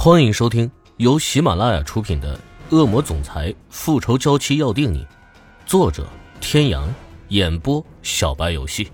欢迎收听由喜马拉雅出品的《恶魔总裁复仇娇妻要定你》，作者天阳，演播小白游戏。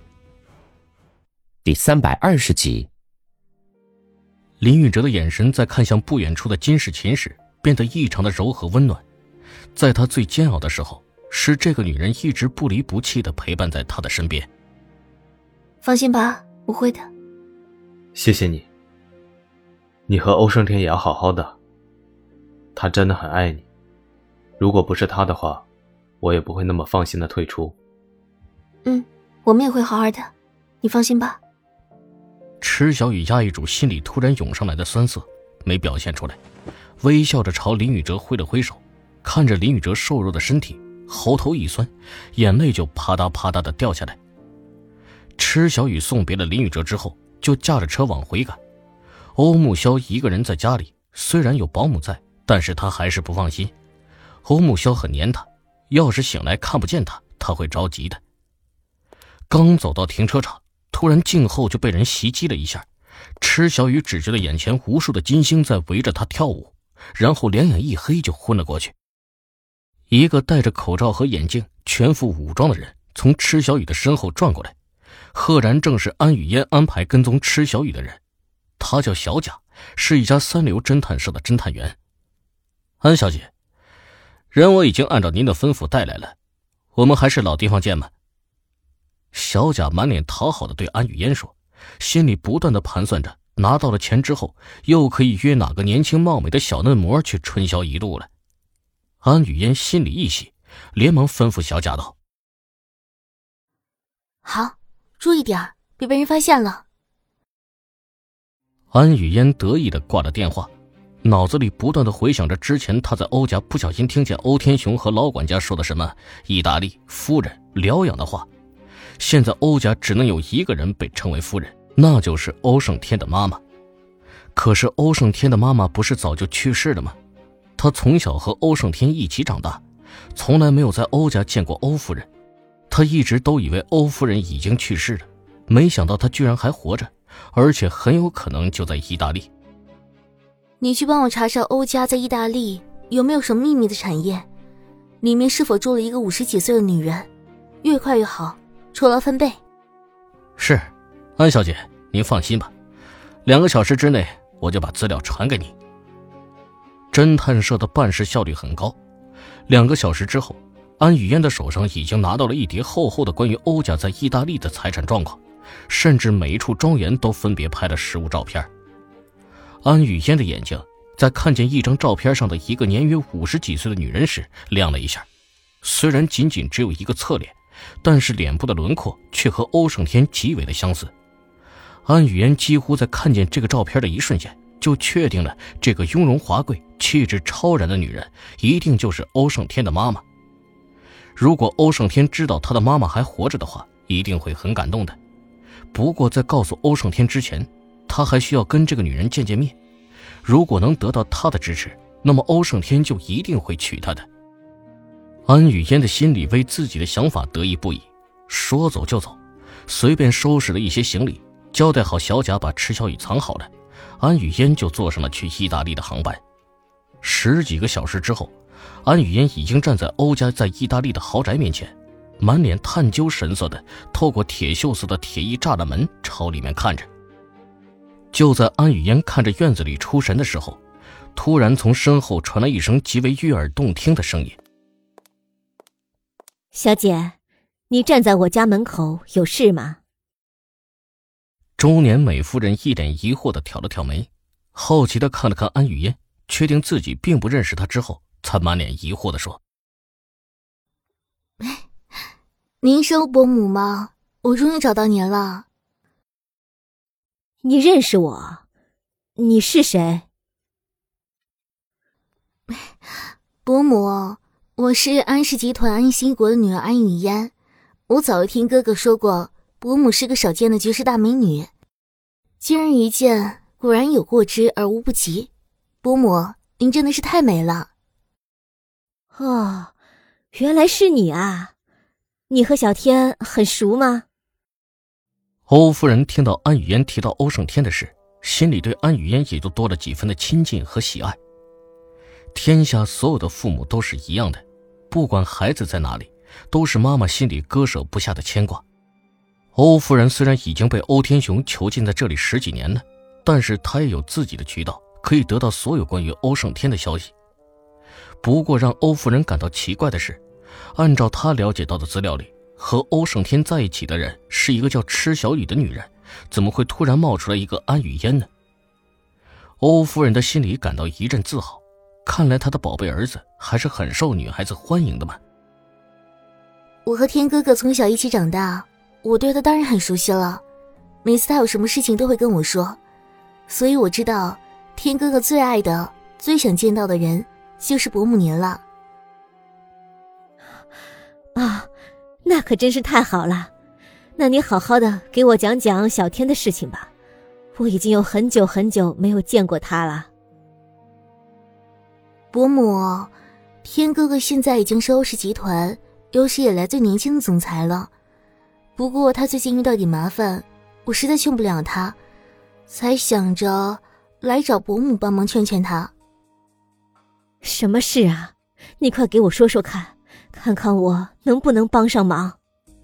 第320集。 林宇哲的眼神在看向不远处的金世琴时变得异常的柔和温暖，在他最煎熬的时候，是这个女人一直不离不弃地陪伴在他的身边。 放心吧，我会的。 谢谢你。你和欧胜天也要好好的，他真的很爱你，如果不是他的话，我也不会那么放心的退出。 我们也会好好的，你放心吧。 池小雨压抑住心里突然涌上来的酸涩，没表现出来，微笑着朝林宇哲挥了挥手，看着林宇哲瘦弱的身体，喉头一酸，眼泪就啪嗒啪嗒的掉下来。池小雨送别了林宇哲之后，就驾着车往回赶。欧木萧一个人在家里，虽然有保姆在，但是他还是不放心。欧木萧很黏他，要是醒来看不见他，他会着急的。刚走到停车场，突然静后就被人袭击了一下。池小雨只觉得眼前无数的金星在围着他跳舞，然后两眼一黑就昏了过去。一个戴着口罩和眼镜、全副武装的人从池小雨的身后转过来，赫然正是安雨嫣安排跟踪池小雨的人。他叫小贾，是一家三流侦探社的侦探员。安小姐，人我已经按照您的吩咐带来了，我们还是老地方见吧。小贾满脸讨好的对安雨嫣说，心里不断的盘算着拿到了钱之后又可以约哪个年轻貌美的小嫩模去春宵一度了。安雨嫣心里一喜，连忙吩咐小贾道： 好，注意点，别被人发现了。 安雨嫣得意地挂了电话，脑子里不断地回想着之前他在欧家不小心听见欧天雄和老管家说的什么意大利夫人疗养的话。现在欧家只能有一个人被称为夫人，那就是欧胜天的妈妈。可是欧胜天的妈妈不是早就去世了吗？他从小和欧胜天一起长大，从来没有在欧家见过欧夫人。他一直都以为欧夫人已经去世了，没想到她居然还活着，而且很有可能就在意大利。 你去帮我查查欧家在意大利有没有什么秘密的产业，里面是否住了一个50几岁的女人，越快越好，酬劳翻倍。 是，安小姐，您放心吧，2个小时之内我就把资料传给你。侦探社的办事效率很高，2个小时之后，安雨嫣的手上已经拿到了一叠厚厚的关于欧家在意大利的财产状况，甚至每一处庄园都分别拍了实物照片。安雨嫣的眼睛在看见一张照片上的一个年约50几岁的女人时亮了一下，虽然仅仅只有一个侧脸，但是脸部的轮廓却和欧胜天极为的相似。安雨嫣几乎在看见这个照片的一瞬间就确定了，这个雍容华贵气质超然的女人一定就是欧胜天的妈妈。如果欧胜天知道他的妈妈还活着的话，一定会很感动的。不过在告诉欧胜天之前，他还需要跟这个女人见见面。如果能得到她的支持，那么欧胜天就一定会娶她的。安雨嫣的心里为自己的想法得意不已，说走就走，随便收拾了一些行李，交代好小贾把池小雨藏好了，安雨嫣就坐上了去意大利的航班。10几个小时之后，安雨嫣已经站在欧家在意大利的豪宅面前，满脸探究神色的透过铁锈色的铁艺栅栏门朝里面看着。就在安雨嫣看着院子里出神的时候，突然从身后传来一声极为悦耳动听的声音： 小姐，你站在我家门口有事吗？ 中年美夫人一脸疑惑地挑了挑眉，好奇地看了看安雨嫣，确定自己并不认识她之后，才满脸疑惑地说： 您是欧伯母吗？我终于找到您了。 你认识我？你是谁？ 伯母，我是安氏集团安兴国的女儿安雨嫣。我早就听哥哥说过，伯母是个少见的绝世大美女。今日一见，果然有过之而无不及。伯母，您真的是太美了。 哦，原来是你啊！你和小天很熟吗？ 欧夫人听到安雨嫣提到欧胜天的事， 心里对安雨嫣也就多了几分的亲近和喜爱。天下所有的父母都是一样的，不管孩子在哪里，都是妈妈心里割舍不下的牵挂。欧夫人虽然已经被欧天雄囚禁在这里10几年了，但是她也有自己的渠道，可以得到所有关于欧胜天的消息。不过让欧夫人感到奇怪的是，按照她了解到的资料里，和欧胜天在一起的人是一个叫池小雨的女人，怎么会突然冒出来一个安雨嫣呢？欧夫人的心里感到一阵自豪，看来她的宝贝儿子还是很受女孩子欢迎的嘛。 我和天哥哥从小一起长大，我对他当然很熟悉了，每次他有什么事情都会跟我说，所以我知道天哥哥最爱的、最想见到的人就是伯母您了。 啊，那可真是太好了。那你好好的给我讲讲小天的事情吧，我已经有很久很久没有见过他了。 伯母，天哥哥现在已经是欧氏集团有史以来最年轻的总裁了，不过他最近遇到点麻烦，我实在劝不了他，才想着来找伯母帮忙劝劝他。 什么事啊？你快给我说说看，看看我能不能帮上忙。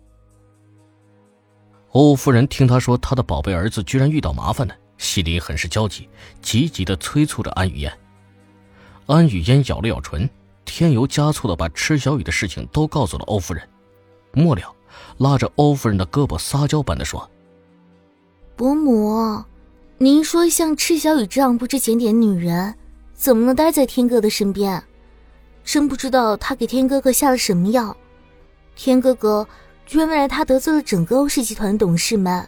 欧夫人听他说他的宝贝儿子居然遇到麻烦了，心里很是焦急，急急地催促着安雨嫣。安雨嫣咬了咬唇，添油加醋地把池小雨的事情都告诉了欧夫人。末了，拉着欧夫人的胳膊撒娇般地说： 伯母，您说像池小雨这样不知检点的女人，怎么能待在天哥的身边？真不知道他给天哥哥下了什么药，天哥哥居然为了他得罪了整个欧氏集团的董事们。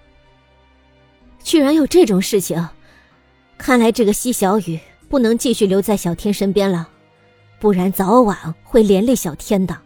居然有这种事情，看来这个西小雨不能继续留在小天身边了，不然早晚会连累小天的。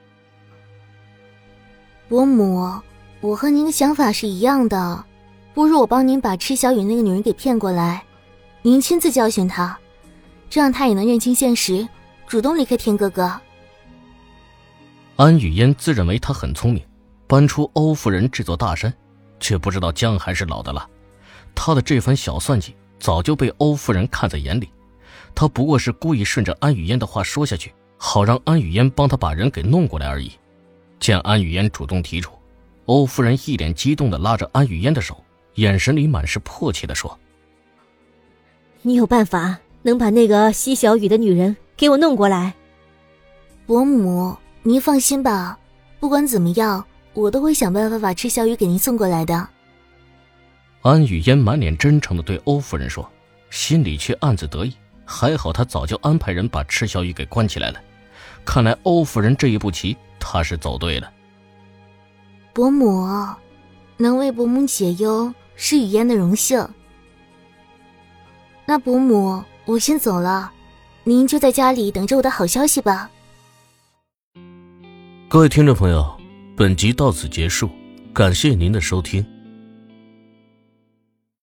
伯母，我和您的想法是一样的，不如我帮您把池小雨那个女人给骗过来，您亲自教训她，这样她也能认清现实，主动离开天哥哥。 安雨嫣自认为她很聪明，搬出欧夫人这座大山，却不知道姜还是老的辣。她的这番小算计早就被欧夫人看在眼里，她不过是故意顺着安雨嫣的话说下去，好让安雨嫣帮她把人给弄过来而已。见安雨嫣主动提出，欧夫人一脸激动地拉着安雨嫣的手，眼神里满是迫切地说： 你有办法能把那个西小雨的女人给我弄过来？ 伯母，您放心吧，不管怎么样，我都会想办法把池小雨给您送过来的。 安雨嫣满脸真诚地对欧夫人说，心里却暗自得意，还好她早就安排人把池小雨给关起来了。看来欧夫人这一步棋，她是走对了。 伯母，能为伯母解忧是雨嫣的荣幸。那伯母，我先走了，您就在家里等着我的好消息吧。 各位听众朋友，本集到此结束，感谢您的收听。